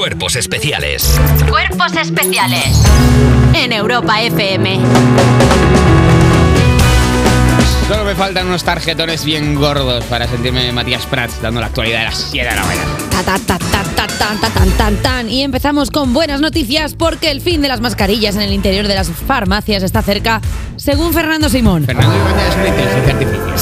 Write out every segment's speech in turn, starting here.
Cuerpos especiales. Cuerpos especiales en Europa FM. Solo me faltan unos tarjetones bien gordos para sentirme Matías Prats dando la actualidad de las 7 de la mañana. Y empezamos con buenas noticias porque el fin de las mascarillas en el interior de las farmacias está cerca, según Fernando Simón. Fernando Simón es una inteligencia artificial.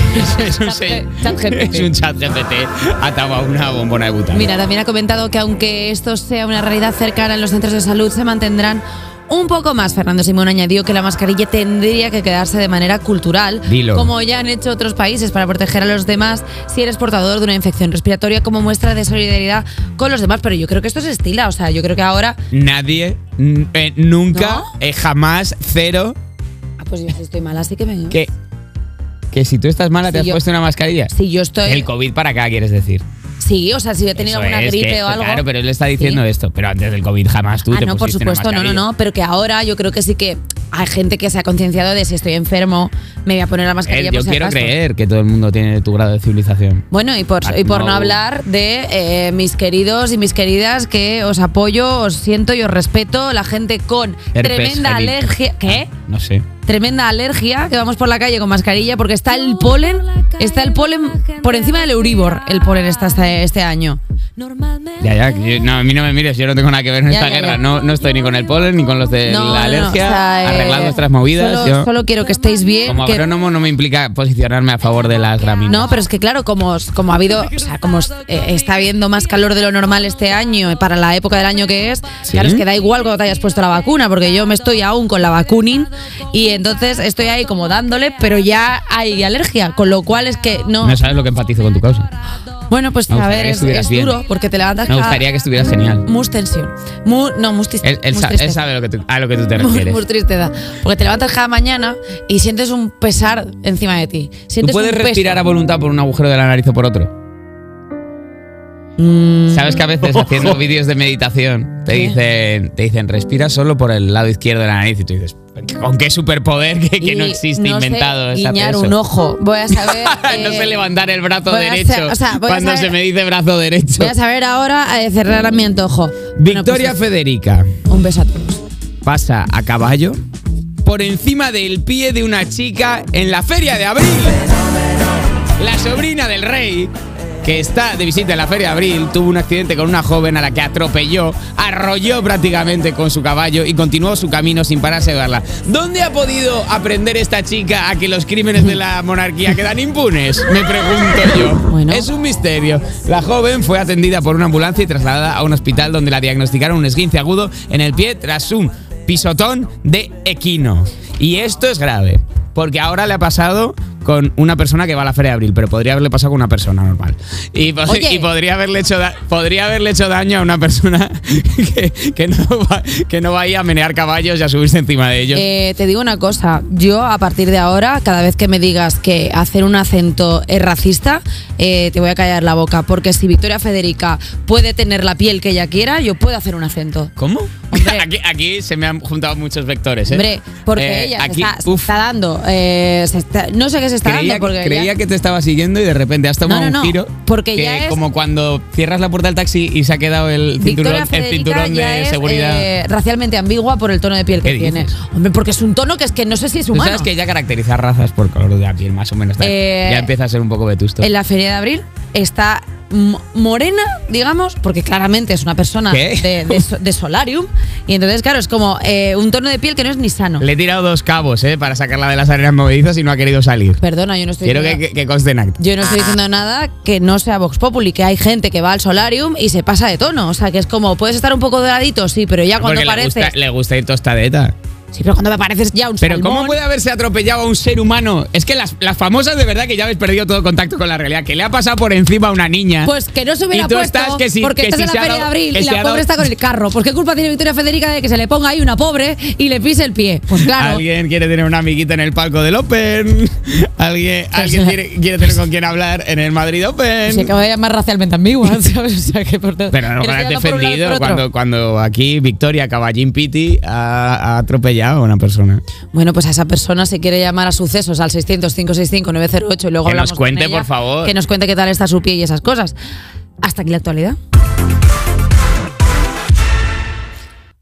Sí. Es un chat GPT atado a una bombona de butano. Mira, también ha comentado que aunque esto sea una realidad cercana en los centros de salud, se mantendrán un poco más. Fernando Simón añadió que la mascarilla tendría que quedarse de manera cultural, como ya han hecho otros países, para proteger a los demás si eres portador de una infección respiratoria, como muestra de solidaridad con los demás. Pero yo creo que esto se estila, o sea, yo creo que ahora... Nadie, nunca, ¿no? Jamás, cero. Pues yo si estoy mala, así que me... Que si tú estás mala, Si ¿te has puesto una mascarilla? Si yo estoy... El COVID para acá, quieres decir. Sí, o sea, si he tenido alguna gripe o algo. Claro, pero él está diciendo esto. Pero antes del COVID jamás tú te no, por pusiste una supuesto, mascarilla. no. Pero que ahora yo creo que sí que hay gente que se ha concienciado de si estoy enfermo, me voy a poner la mascarilla. Yo por si quiero acaso. creer que todo el mundo tiene tu grado de civilización. Bueno, y por no hablar de mis queridos y mis queridas, que os apoyo, os siento y os respeto. La gente con tremenda alergia. ¿Qué? No sé. Tremenda alergia, que vamos por la calle con mascarilla porque está el polen por encima del Euribor. El polen está este año. Ya, no, a mí no me mires, yo no tengo nada que ver en esta guerra. No estoy ni con el polen ni con los de la alergia. O sea, arreglad vuestras movidas. Solo quiero que estéis bien. Como agrónomo no me implica posicionarme a favor de las gramíneas. No, pero es que claro, como ha habido, o sea, como está habiendo más calor de lo normal este año para la época del año que es, ¿sí? Claro, es que da igual cuando te hayas puesto la vacuna, porque yo me estoy aún con la vacunin y entonces estoy ahí como dándole, pero ya hay alergia, con lo cual es que no... No sabes lo que empatizo con tu causa. Bueno, pues a ver, es duro, porque te levantas... Me gustaría que estuvieras genial. Mus tensión. Mus tristeza. Él sabe a lo que tú te refieres. Mus tristeza. Porque te levantas cada mañana y sientes un pesar encima de ti. ¿Tú puedes respirar a voluntad por un agujero de la nariz o por otro? ¿Sabes que a veces haciendo vídeos de meditación te dicen respira solo por el lado izquierdo de la nariz y tú dices, ¿con qué superpoder que no existe inventado? No sé guiñar un ojo. Voy a saber... no sé levantar el brazo derecho cuando se me dice brazo derecho. Voy a saber ahora cerrar mi antojo. Victoria Federica. Un beso a todos. Pasa a caballo por encima del pie de una chica en la Feria de Abril. La sobrina del rey, que está de visita en la Feria de Abril, tuvo un accidente con una joven a la que atropelló, arrolló prácticamente con su caballo y continuó su camino sin pararse de verla. ¿Dónde ha podido aprender esta chica a que los crímenes de la monarquía quedan impunes? Me pregunto yo. Bueno. Es un misterio. La joven fue atendida por una ambulancia y trasladada a un hospital donde la diagnosticaron un esguince agudo en el pie tras un pisotón de equino. Y esto es grave, porque ahora le ha pasado con una persona que va a la Feria de Abril, pero podría haberle pasado con una persona normal. Y podría haberle hecho daño a una persona que no vaya a menear caballos y a subirse encima de ellos. Te digo una cosa, yo a partir de ahora, cada vez que me digas que hacer un acento es racista, te voy a callar la boca, porque si Victoria Federica puede tener la piel que ella quiera, yo puedo hacer un acento. ¿Cómo? Aquí se me han juntado muchos vectores, ¿eh? Hombre, porque ella se está dando... no sé qué se está dando. Creía que te estaba siguiendo y de repente has tomado un giro. Porque que ya es... como cuando cierras la puerta del taxi y se ha quedado el cinturón de seguridad. Racialmente ambigua por el tono de piel que tiene. Hombre, porque es un tono que es que no sé si es humano. Tú sabes que ella caracteriza razas por color de la piel, más o menos. Ya empieza a ser un poco vetusto. En la Feria de Abril está morena, digamos, porque claramente es una persona de solarium, y entonces claro, es como un tono de piel que no es ni sano. Le he tirado 2 cabos para sacarla de las arenas movedizas y no ha querido salir. Perdona, yo no estoy diciendo, que conste en acto. Yo no estoy diciendo nada que no sea Vox Populi, que hay gente que va al solarium y se pasa de tono, o sea, que es como, puedes estar un poco doradito, sí, pero ya cuando pareces... le gusta ir tostadeta. Sí, pero cuando me pareces ya un Pero salmón. ¿cómo puede haberse atropellado a un ser humano? Es que las famosas de verdad que ya habéis perdido todo contacto con la realidad. Que le ha pasado por encima a una niña. Pues que no se hubiera puesto porque estás en la Feria de Abril y la pobre está con el carro. Pues qué culpa tiene Victoria Federica de que se le ponga ahí una pobre y le pise el pie. Pues claro. Alguien quiere tener una amiguita en el palco del Open. Alguien quiere tener con quien hablar en el Madrid Open. Se acaba de llamar racialmente ambigua, ¿sabes? O sea, que pero no lo has defendido cuando aquí Victoria Caballín Pitti ha atropellado a una persona. Bueno, pues a esa persona se quiere llamar a Sucesos al 600-565-908 y luego que hablamos nos cuente, con ella, por favor. Que nos cuente qué tal está su pie y esas cosas. Hasta aquí la actualidad.